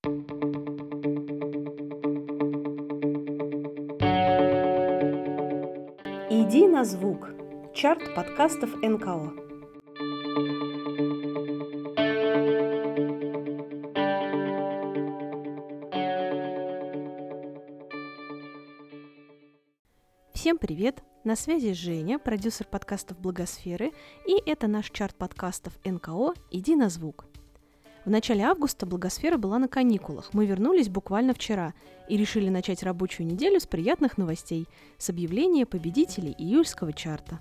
Иди на звук. Чарт подкастов НКО. Всем привет! На связи Женя, продюсер подкастов Благосферы, и это наш чарт подкастов НКО «Иди на звук». В начале августа Благосфера была на каникулах, мы вернулись буквально вчера и решили начать рабочую неделю с приятных новостей, с объявления победителей июльского чарта.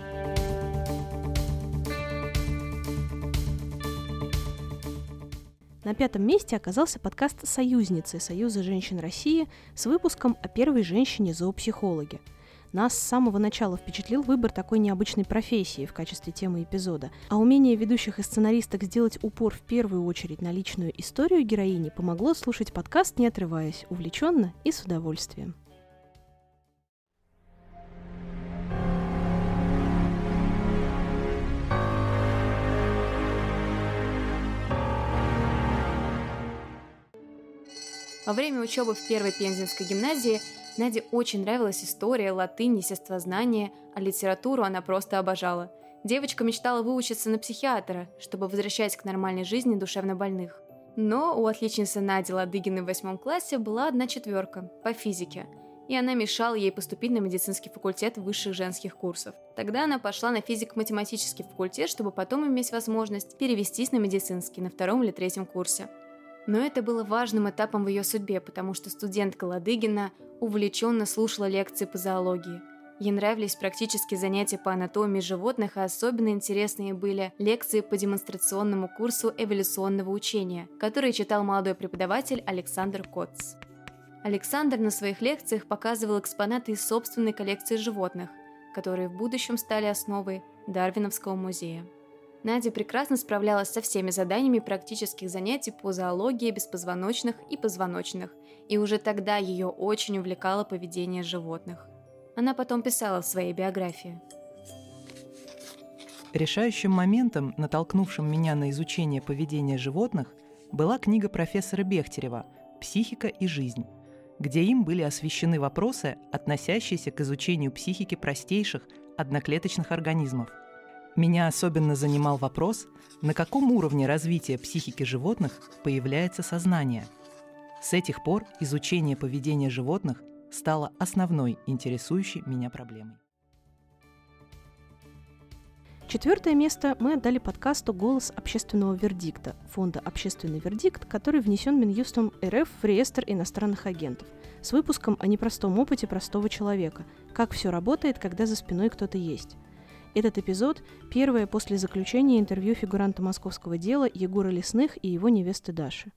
На 5-м месте оказался подкаст «Союзницы» Союза женщин России с выпуском о первой женщине-зоопсихологе. Нас с самого начала впечатлил выбор такой необычной профессии в качестве темы эпизода, а умение ведущих и сценаристок сделать упор в первую очередь на личную историю героини помогло слушать подкаст, не отрываясь, увлеченно и с удовольствием. Во время учебы в первой Пензенской гимназии Наде очень нравилась история, латынь, естествознание, а литературу она просто обожала. Девочка мечтала выучиться на психиатра, чтобы возвращать к нормальной жизни душевнобольных. Но у отличницы Нади Ладыгиной в 8 классе была 1 четверка по физике, и она мешала ей поступить на медицинский факультет высших женских курсов. Тогда она пошла на физико-математический факультет, чтобы потом иметь возможность перевестись на медицинский на 2 или 3 курсе. Но это было важным этапом в ее судьбе, потому что студентка Ладыгина увлеченно слушала лекции по зоологии. Ей нравились практические занятия по анатомии животных, а особенно интересные были лекции по демонстрационному курсу эволюционного учения, который читал молодой преподаватель Александр Коц. Александр на своих лекциях показывал экспонаты из собственной коллекции животных, которые в будущем стали основой Дарвиновского музея. Надя прекрасно справлялась со всеми заданиями практических занятий по зоологии беспозвоночных и позвоночных, и уже тогда ее очень увлекало поведение животных. Она потом писала в своей биографии. Решающим моментом, натолкнувшим меня на изучение поведения животных, была книга профессора Бехтерева «Психика и жизнь», где им были освещены вопросы, относящиеся к изучению психики простейших одноклеточных организмов. Меня особенно занимал вопрос, на каком уровне развития психики животных появляется сознание. С этих пор изучение поведения животных стало основной интересующей меня проблемой. 4 место мы отдали подкасту «Голос общественного вердикта» фонда «Общественный вердикт», который внесен Минюстом РФ в реестр иностранных агентов, с выпуском о непростом опыте простого человека, как все работает, когда за спиной кто-то есть. Этот эпизод – первое после заключения интервью фигуранта московского дела Егора Лесных и его невесты Даши.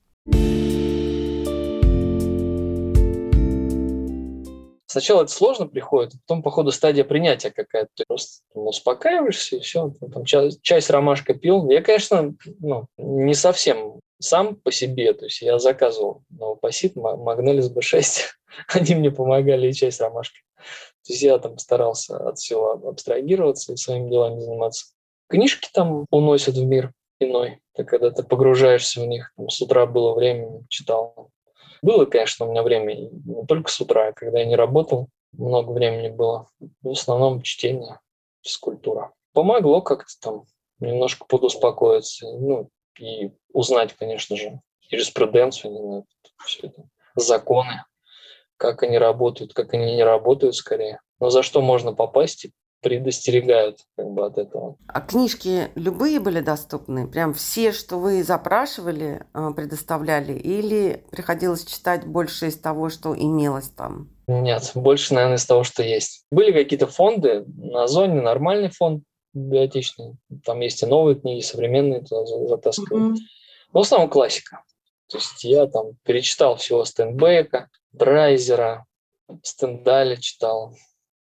Сначала это сложно приходит, потом, по ходу, стадия принятия какая-то. Ты просто успокаиваешься, и все. Там чай с ромашкой пил. Я, конечно, не совсем сам по себе. То есть я заказывал новопосит, Магнолис Б6. Они мне помогали и чай с ромашкой. То есть я там старался от всего абстрагироваться и своими делами заниматься. Книжки там уносят в мир иной. Ты когда ты погружаешься в них, с утра было время, читал. Было, конечно, у меня время не только с утра, когда я не работал, много времени было. В основном чтение, физкультура. Помогло как-то там немножко подуспокоиться. И узнать, конечно же, юриспруденцию, все это, законы, как они работают, как они не работают скорее. Но за что можно попасть и предостерегают от этого. А книжки любые были доступны? Прям все, что вы запрашивали, предоставляли? Или приходилось читать больше из того, что имелось там? Нет, больше, наверное, из того, что есть. Были какие-то фонды, на Озоне нормальный фонд библиотечный. Там есть и новые книги, современные туда затаскивают. Но в основном классика. То есть я там перечитал всего Стенбека, Драйзера, Стендаля читал,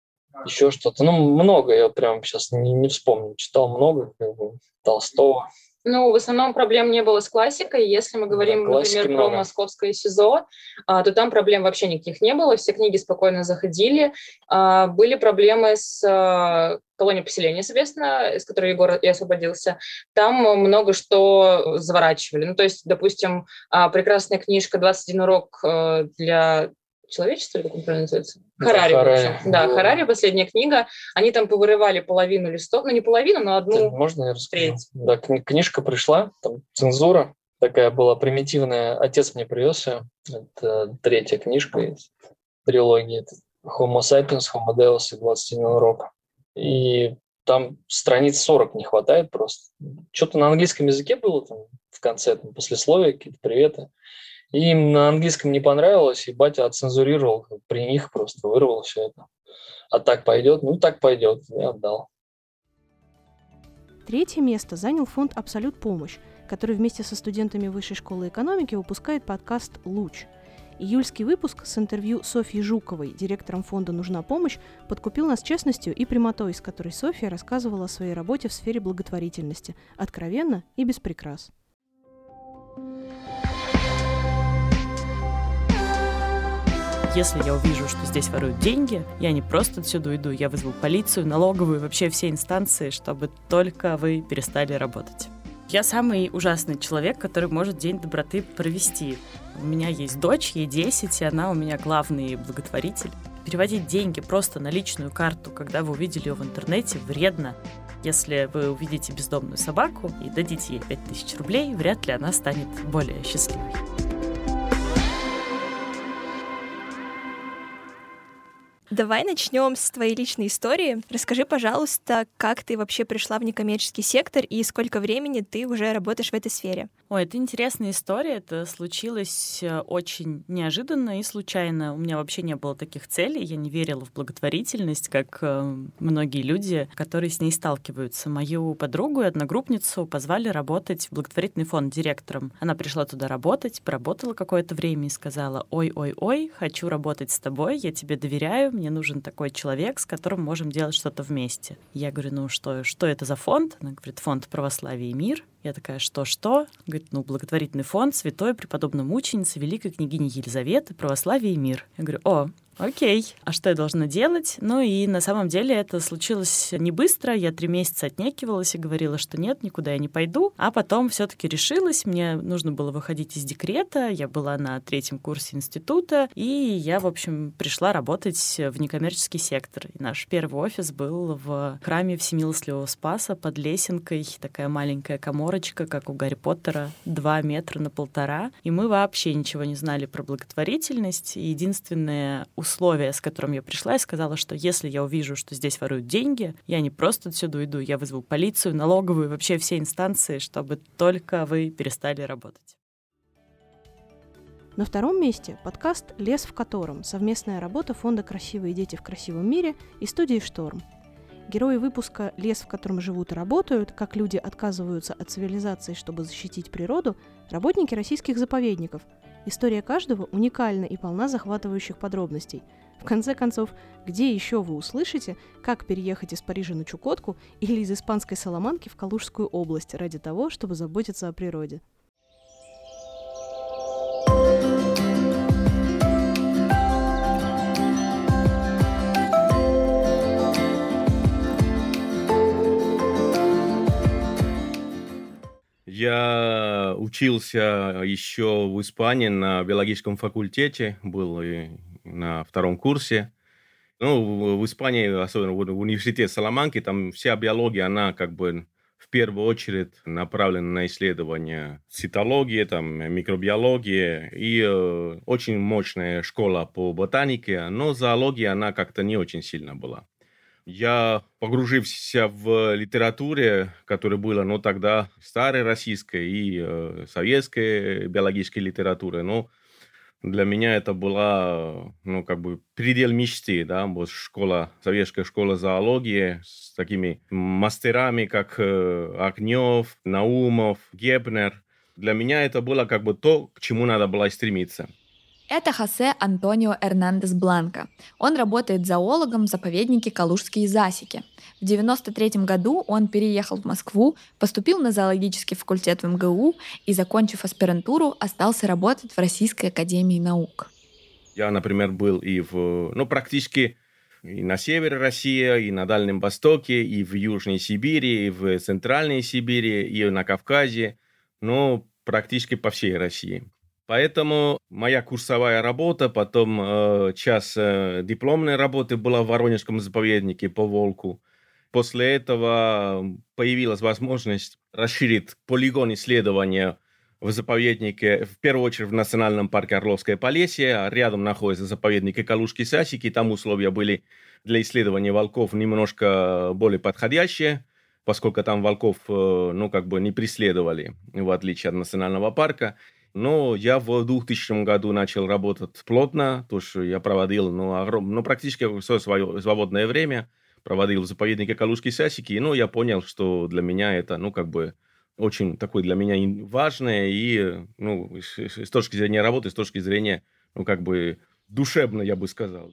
еще что-то. Много, я прям сейчас не вспомню. Читал много, Толстого. Ну, в основном проблем не было с классикой. Если мы говорим, например, про московское СИЗО, то там проблем вообще никаких не было. Все книги спокойно заходили. Были проблемы с колонией поселения, соответственно, из которой Егор и освободился. Там много что заворачивали. Ну, то есть, допустим, прекрасная книжка «21 урок для человечества», или как он правильно называется? Харари, в общем. Да, Харари, последняя книга. Они там повырывали половину листов, ну не половину, но одну. Можно я расскажу? Да, книжка пришла, там цензура такая была примитивная. Отец мне привез ее. Это 3-я книжка из трилогии. Это Homo sapiens, Homo deus и 21 урок. И там страниц 40 не хватает просто. Что-то на английском языке было там в конце, там, послесловия, какие-то приветы. И им на английском не понравилось, и батя отцензурировал, при них просто вырвал все это. А так пойдет? Ну, так пойдет. Я отдал. 3-е место занял фонд «Абсолют помощь», который вместе со студентами Высшей школы экономики выпускает подкаст «Луч». Июльский выпуск с интервью Софьи Жуковой, директором фонда «Нужна помощь», подкупил нас честностью и прямотой, с которой Софья рассказывала о своей работе в сфере благотворительности, откровенно и без прикрас. Если я увижу, что здесь воруют деньги, я не просто отсюда уйду, я вызову полицию, налоговую, вообще все инстанции, чтобы только вы перестали работать. Я самый ужасный человек, который может день доброты провести. У меня есть дочь, ей 10, и она у меня главный благотворитель. Переводить деньги просто на личную карту, когда вы увидели ее в интернете, вредно. Если вы увидите бездомную собаку и дадите ей 5000 рублей, вряд ли она станет более счастливой. Давай начнем с твоей личной истории. Расскажи, пожалуйста, как ты вообще пришла в некоммерческий сектор и сколько времени ты уже работаешь в этой сфере? Ой, это интересная история. Это случилось очень неожиданно и случайно. У меня вообще не было таких целей. Я не верила в благотворительность, как многие люди, которые с ней сталкиваются. Мою подругу и одногруппницу позвали работать в благотворительный фонд директором. Она пришла туда работать, поработала какое-то время и сказала: ой, хочу работать с тобой, я тебе доверяю, мне нужен такой человек, с которым можем делать что-то вместе. Я говорю: ну что это за фонд? Она говорит: фонд «Православие и мир». Я такая: что? Говорит: ну, благотворительный фонд святой преподобной мученицы великой княгини Елизаветы, «Православие и мир». Я говорю: окей, а что я должна делать? Ну и на самом деле это случилось не быстро. Я 3 месяца отнекивалась и говорила, что нет, никуда я не пойду. А потом все-таки решилась. Мне нужно было выходить из декрета. Я была на 3-м курсе института. И я, в общем, пришла работать в некоммерческий сектор. И наш первый офис был в храме Всемилостливого Спаса под лесенкой. Такая маленькая каморочка, как у Гарри Поттера, 2 метра на 1,5. И мы вообще ничего не знали про благотворительность. И единственное условие, с которым я пришла, я сказала, что если я увижу, что здесь воруют деньги, я не просто отсюда уйду, я вызову полицию, налоговую, вообще все инстанции, чтобы только вы перестали работать. На 2-м месте подкаст «Лес в котором» — совместная работа фонда «Красивые дети в красивом мире» и студии «Шторм». Герои выпуска «Лес, в котором живут и работают. Как люди отказываются от цивилизации, чтобы защитить природу» — работники российских заповедников. История каждого уникальна и полна захватывающих подробностей. В конце концов, где еще вы услышите, как переехать из Парижа на Чукотку или из испанской Саламанки в Калужскую область ради того, чтобы заботиться о природе? Я учился еще в Испании на биологическом факультете, был и на 2-м курсе. Ну, в Испании, особенно в университете Саламанки, там вся биология, она как бы в первую очередь направлена на исследования цитологии, там, микробиологии. И очень мощная школа по ботанике, но зоология, она как-то не очень сильно была. Я погрузился в литературе, которая была, тогда старой российской и советской биологической литературы. Но для меня это была, предел мечты, да, вот советская школа зоологии с такими мастерами, как Огнев, Наумов, Гебнер. Для меня это было то, к чему надо было стремиться. Это Хосе Антонио Эрнандес Бланко. Он работает зоологом в заповеднике Калужские Засеки. В 1993 году он переехал в Москву, поступил на зоологический факультет в МГУ и, закончив аспирантуру, остался работать в Российской академии наук. Я, например, был практически и на севере России, и на Дальнем Востоке, и в Южной Сибири, и в Центральной Сибири, и на Кавказе, практически по всей России. Поэтому моя курсовая работа, потом часть дипломной работы была в Воронежском заповеднике по волку. После этого появилась возможность расширить полигон исследования в заповеднике, в первую очередь в Национальном парке Орловское Полесье, а рядом находится заповедник Калужские Засеки. Там условия были для исследования волков немножко более подходящие, поскольку там волков не преследовали, в отличие от Национального парка. Но я в 2000 году начал работать плотно, то что я проводил практически все свое свободное время проводил в заповеднике Калужские Засеки, и я понял, что для меня это очень такое для меня важное и с точки зрения работы, с точки зрения душевно, я бы сказал.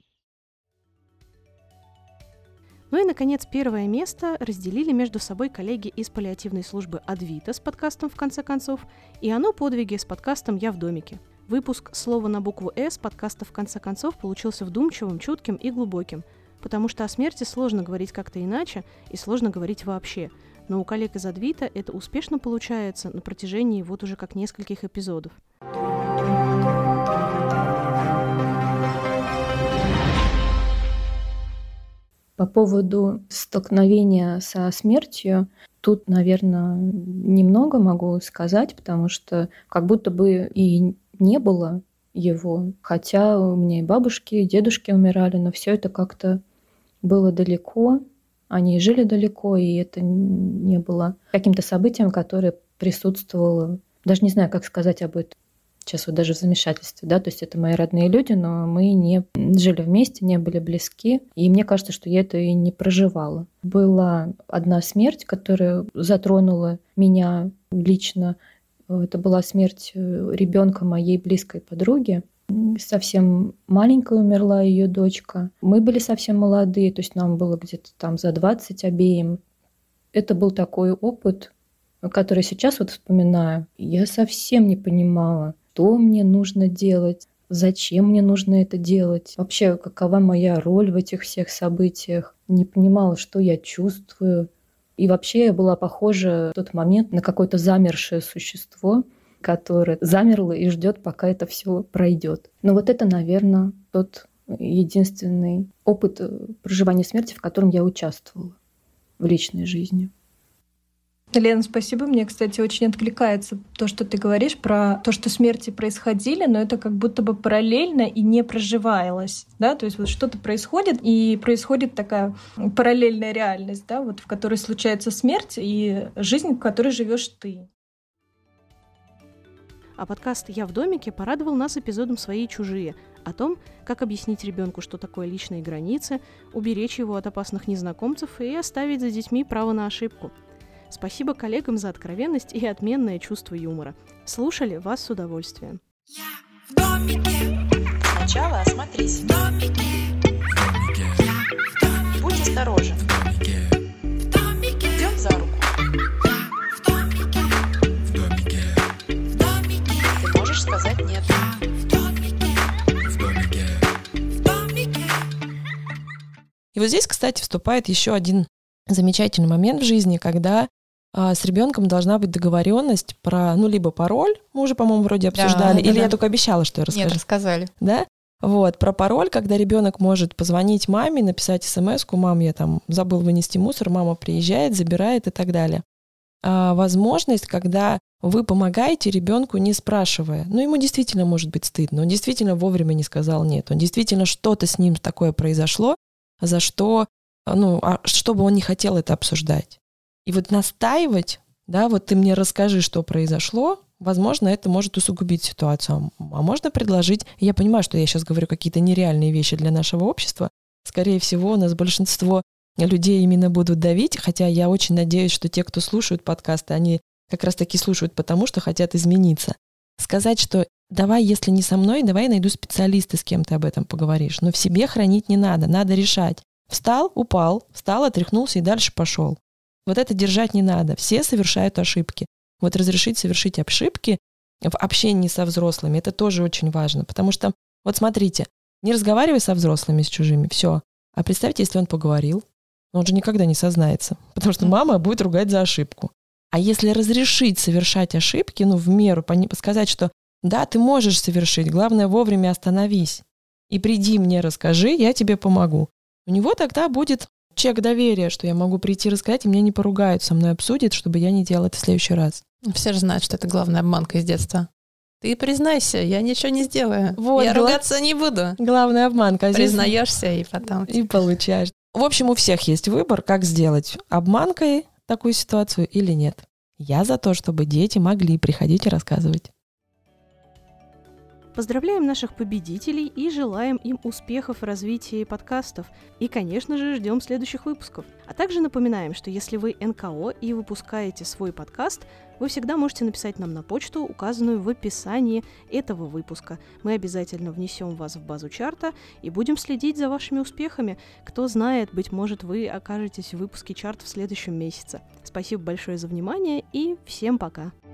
Ну и, наконец, первое место разделили между собой коллеги из паллиативной службы «Адвита» с подкастом «В конце концов» и «Оно подвиги» с подкастом «Я в домике». Выпуск «Слово на букву «С» подкаста «В конце концов» получился вдумчивым, чутким и глубоким, потому что о смерти сложно говорить как-то иначе и сложно говорить вообще. Но у коллег из «Адвита» это успешно получается на протяжении уже как нескольких эпизодов. По поводу столкновения со смертью, тут, наверное, немного могу сказать, потому что как будто бы и не было его. Хотя у меня и бабушки, и дедушки умирали, но все это как-то было далеко. Они жили далеко, и это не было каким-то событием, которое присутствовало. Даже не знаю, как сказать об этом. Сейчас даже в замешательстве, да, то есть это мои родные люди, но мы не жили вместе, не были близки, и мне кажется, что я это и не проживала. Была одна смерть, которая затронула меня лично. Это была смерть ребенка моей близкой подруги. Совсем маленькая умерла ее дочка. Мы были совсем молодые, то есть нам было где-то там за 20 обеим. Это был такой опыт, который сейчас вспоминаю. Я совсем не понимала, что мне нужно делать, зачем мне нужно это делать, вообще какова моя роль в этих всех событиях. Не понимала, что я чувствую. И вообще я была похожа в тот момент на какое-то замершее существо, которое замерло и ждет, пока это все пройдет. Но это, наверное, тот единственный опыт проживания смерти, в котором я участвовала в личной жизни. Лена, спасибо. Мне, кстати, очень откликается то, что ты говоришь про то, что смерти происходили, но это как будто бы параллельно и не проживалось, да, то есть что-то происходит, и происходит такая параллельная реальность, да, в которой случается смерть и жизнь, в которой живешь ты. А подкаст «Я в домике» порадовал нас эпизодом «Свои и чужие», о том, как объяснить ребенку, что такое личные границы, уберечь его от опасных незнакомцев и оставить за детьми право на ошибку. Спасибо коллегам за откровенность и отменное чувство юмора. Слушали вас с удовольствием. Я в домике. Сначала осмотрись. В домике. Я в домике. Будь осторожен. В домике. Идем за руку. Я в домике. В домике. В домике. Ты можешь сказать нет. В домике. В домике. В домике. И здесь, кстати, вступает еще один замечательный момент в жизни, когда с ребенком должна быть договоренность про, либо пароль, мы уже, по-моему, вроде обсуждали, или я только обещала, что я расскажу? Нет, рассказали. Да? Про пароль, когда ребенок может позвонить маме, написать смс-ку: мам, я забыл вынести мусор, мама приезжает, забирает и так далее. Возможность, когда вы помогаете ребенку, не спрашивая. Ему действительно может быть стыдно, он действительно вовремя не сказал нет, он действительно что-то с ним такое произошло, за что, что бы он не хотел это обсуждать. И настаивать, да, ты мне расскажи, что произошло, возможно, это может усугубить ситуацию. А можно предложить, я понимаю, что я сейчас говорю какие-то нереальные вещи для нашего общества, скорее всего, у нас большинство людей именно будут давить, хотя я очень надеюсь, что те, кто слушают подкасты, они как раз-таки слушают потому, что хотят измениться. Сказать, что давай, если не со мной, давай я найду специалиста, с кем ты об этом поговоришь. Но в себе хранить не надо решать. Встал, упал, встал, отряхнулся и дальше пошел. Вот это держать не надо. Все совершают ошибки. Вот разрешить совершить ошибки в общении со взрослыми, это тоже очень важно. Потому что, вот смотрите, не разговаривай со взрослыми, с чужими, все. А представьте, если он поговорил, он же никогда не сознается, потому что мама будет ругать за ошибку. А если разрешить совершать ошибки, в меру, сказать, что да, ты можешь совершить, главное вовремя остановись и приди мне, расскажи, я тебе помогу. У него тогда будет чек доверия, что я могу прийти рассказать, и меня не поругают, со мной обсудят, чтобы я не делала это в следующий раз. Все же знают, что это главная обманка из детства. Ты признайся, я ничего не сделаю. Вот, я ругаться не буду. Главная обманка. Признаешься и потом... И получаешь. В общем, у всех есть выбор, как сделать обманкой такую ситуацию или нет. Я за то, чтобы дети могли приходить и рассказывать. Поздравляем наших победителей и желаем им успехов в развитии подкастов. И, конечно же, ждем следующих выпусков. А также напоминаем, что если вы НКО и выпускаете свой подкаст, вы всегда можете написать нам на почту, указанную в описании этого выпуска. Мы обязательно внесем вас в базу чарта и будем следить за вашими успехами. Кто знает, быть может, вы окажетесь в выпуске чарта в следующем месяце. Спасибо большое за внимание и всем пока!